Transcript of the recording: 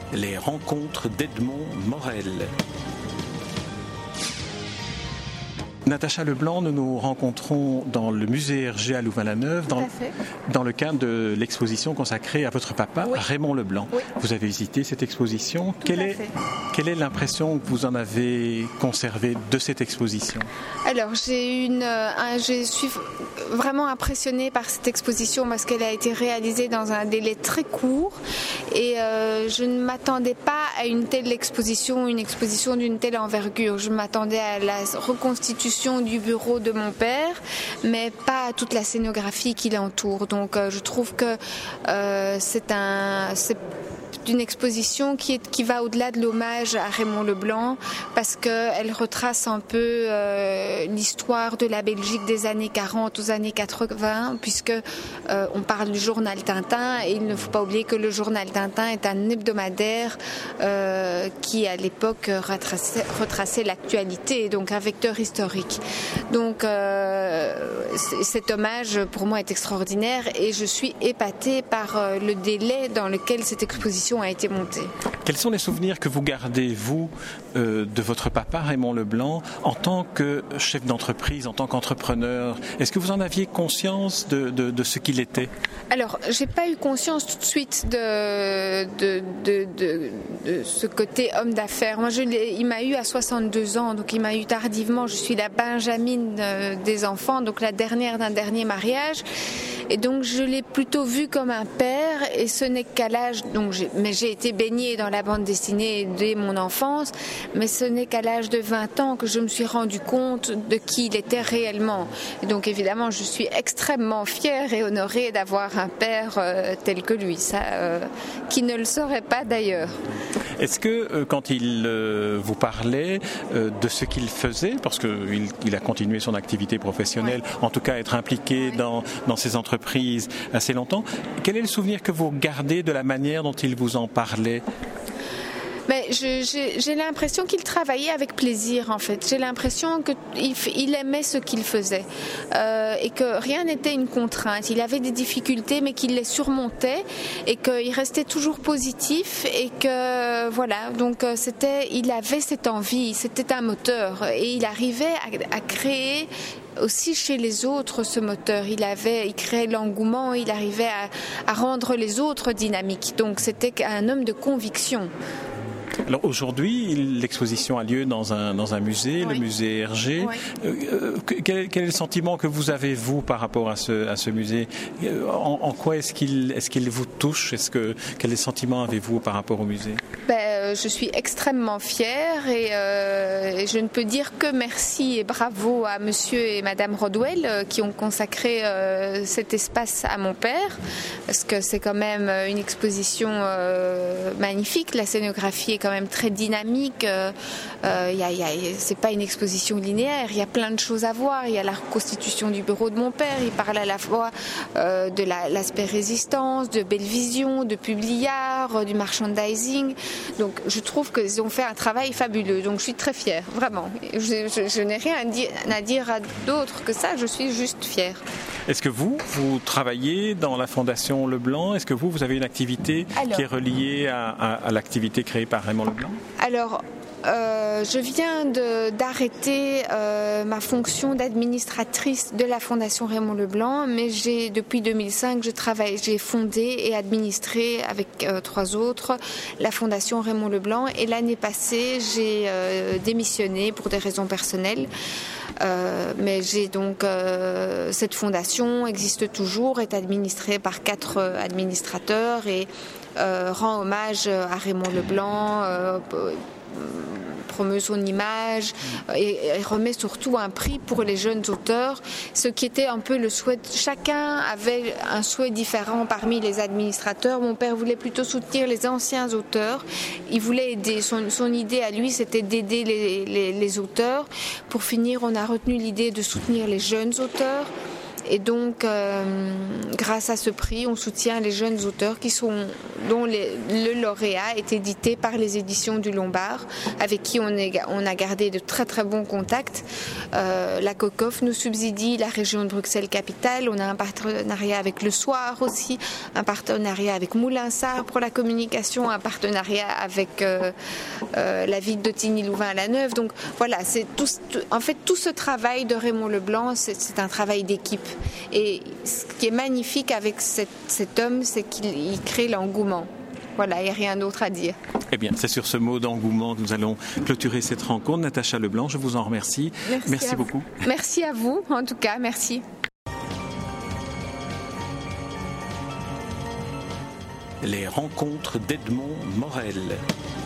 Les rencontres d'Edmond Morel. Natacha Leblanc, nous nous rencontrons dans le musée Hergé à Louvain-la-Neuve dans le cadre de l'exposition consacrée à votre papa, oui. Raymond Leblanc. Oui. Vous avez visité cette exposition. Quelle est l'impression que vous en avez conservée de cette exposition? Alors, je suis vraiment impressionnée par cette exposition parce qu'elle a été réalisée dans un délai très court et je ne m'attendais pas à une telle exposition, une exposition d'une telle envergure. Je m'attendais à la reconstitution du bureau de mon père, mais pas à toute la scénographie qui l'entoure. Donc je trouve que c'est une exposition qui va au-delà de l'hommage à Raymond Leblanc parce qu'elle retrace un peu l'histoire de la Belgique des années 40 aux années 80 puisque on parle du journal Tintin et il ne faut pas oublier que le journal Tintin est un hebdomadaire qui à l'époque retraçait l'actualité, donc un vecteur historique. Donc cet hommage pour moi est extraordinaire et je suis épatée par le délai dans lequel cette exposition a été montée. Quels sont les souvenirs que vous gardez, vous, de votre papa Raymond Leblanc en tant que chef d'entreprise, en tant qu'entrepreneur? Est-ce que vous en aviez conscience de ce qu'il était? Alors, j'ai pas eu conscience tout de suite de ce côté homme d'affaires. Moi, il m'a eu à 62 ans, donc il m'a eu tardivement. Je suis la benjamine des enfants, donc la dernière d'un dernier mariage. Et donc je l'ai plutôt vu comme un père et ce n'est qu'à l'âge, mais j'ai été baignée dans la bande dessinée dès mon enfance, mais ce n'est qu'à l'âge de 20 ans que je me suis rendu compte de qui il était réellement. Et donc évidemment je suis extrêmement fière et honorée d'avoir un père tel que lui, qui ne le saurait pas d'ailleurs. Est-ce que quand il vous parlait de ce qu'il faisait, parce qu'il a continué son activité professionnelle, en tout cas être impliqué dans ses entreprises assez longtemps, quel est le souvenir que vous gardez de la manière dont il vous en parlait? Mais j'ai l'impression qu'il travaillait avec plaisir en fait. J'ai l'impression qu'il aimait ce qu'il faisait et que rien n'était une contrainte. Il avait des difficultés mais qu'il les surmontait et qu'il restait toujours positif et que voilà. Donc il avait cette envie, c'était un moteur et il arrivait à créer aussi chez les autres ce moteur. Il créait l'engouement, il arrivait à rendre les autres dynamiques. Donc c'était un homme de conviction. Alors aujourd'hui, l'exposition a lieu dans un musée, oui. Le musée Hergé. Oui. Quel est le sentiment que vous avez, vous, par rapport à ce musée? En quoi est-ce qu'il vous touche? Quels sentiments avez-vous par rapport au musée? Je suis extrêmement fière et je ne peux dire que merci et bravo à monsieur et madame Rodwell qui ont consacré cet espace à mon père parce que c'est quand même une exposition magnifique. La scénographie est quand même très dynamique. C'est pas une exposition linéaire. Il y a plein de choses à voir. Il y a la reconstitution du bureau de mon père. Il parle à la fois de l'aspect résistance, de belle vision, de publiard, du merchandising. Donc je trouve qu'ils ont fait un travail fabuleux. Donc je suis très fière, vraiment. Je n'ai rien à dire à d'autre que ça. Je suis juste fière. Est-ce que vous travaillez dans la Fondation Leblanc? Est-ce que vous avez une activité qui est reliée à l'activité créée par Raymond Leblanc? Alors, je viens d'arrêter ma fonction d'administratrice de la Fondation Raymond Leblanc, mais depuis 2005, j'ai fondé et administré avec 3 autres la Fondation Raymond Leblanc. Et l'année passée, j'ai démissionné pour des raisons personnelles. Mais j'ai donc cette fondation existe toujours, est administrée par 4 administrateurs et rend hommage à Raymond Leblanc. Promeut son image et remet surtout un prix pour les jeunes auteurs, ce qui était un peu le souhait. Chacun avait un souhait différent parmi les administrateurs. Mon père voulait plutôt soutenir les anciens auteurs. Il voulait aider. Son idée à lui, c'était d'aider les auteurs. Pour finir, on a retenu l'idée de soutenir les jeunes auteurs. Et donc, grâce à ce prix, on soutient les jeunes auteurs dont le lauréat est édité par les éditions du Lombard, avec qui on a gardé de très très bons contacts. La COCOF nous subsidie, la région de Bruxelles-Capitale. On a un partenariat avec Le Soir aussi, un partenariat avec Moulinsart pour la communication, un partenariat avec la ville de Tigny-Louvain-la-Neuve. Donc voilà, en fait tout ce travail de Raymond Leblanc, c'est un travail d'équipe. Et ce qui est magnifique avec cet homme, c'est qu'il crée l'engouement. Voilà, il n'y a rien d'autre à dire. Eh bien, c'est sur ce mot d'engouement que nous allons clôturer cette rencontre. Natacha Leblanc, je vous en remercie. Merci beaucoup. Merci à vous, en tout cas, merci. Les rencontres d'Edmond Morel.